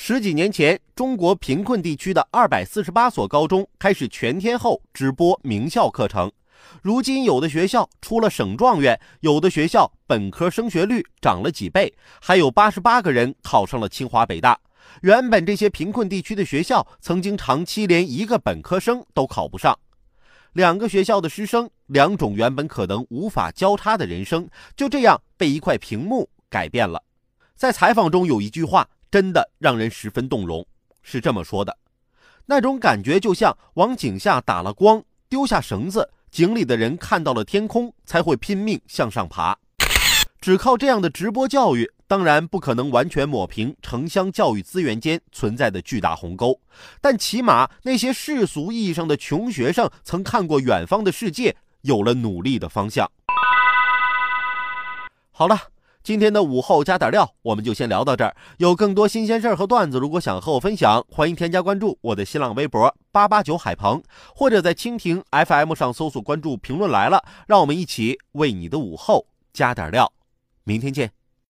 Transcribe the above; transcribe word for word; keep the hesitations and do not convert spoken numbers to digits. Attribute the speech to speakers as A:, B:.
A: 十几年前，中国贫困地区的二百四十八所高中开始全天候直播名校课程。如今，有的学校出了省状元，有的学校本科升学率涨了几倍，还有八十八个人考上了清华北大。原本这些贫困地区的学校曾经长期连一个本科生都考不上。两个学校的师生，两种原本可能无法交叉的人生，就这样被一块屏幕改变了。在采访中有一句话真的让人十分动容，是这么说的：那种感觉就像往井下打了光，丢下绳子，井里的人看到了天空，才会拼命向上爬。只靠这样的直播教育，当然不可能完全抹平城乡教育资源间存在的巨大鸿沟，但起码那些世俗意义上的穷学生曾看过远方的世界，有了努力的方向。好了，今天的午后加点料我们就先聊到这儿。有更多新鲜事儿和段子，如果想和我分享，欢迎添加关注我的新浪微博八八九海鹏，或者在蜻蜓 F M 上搜索关注评论来了，让我们一起为你的午后加点料。明天见。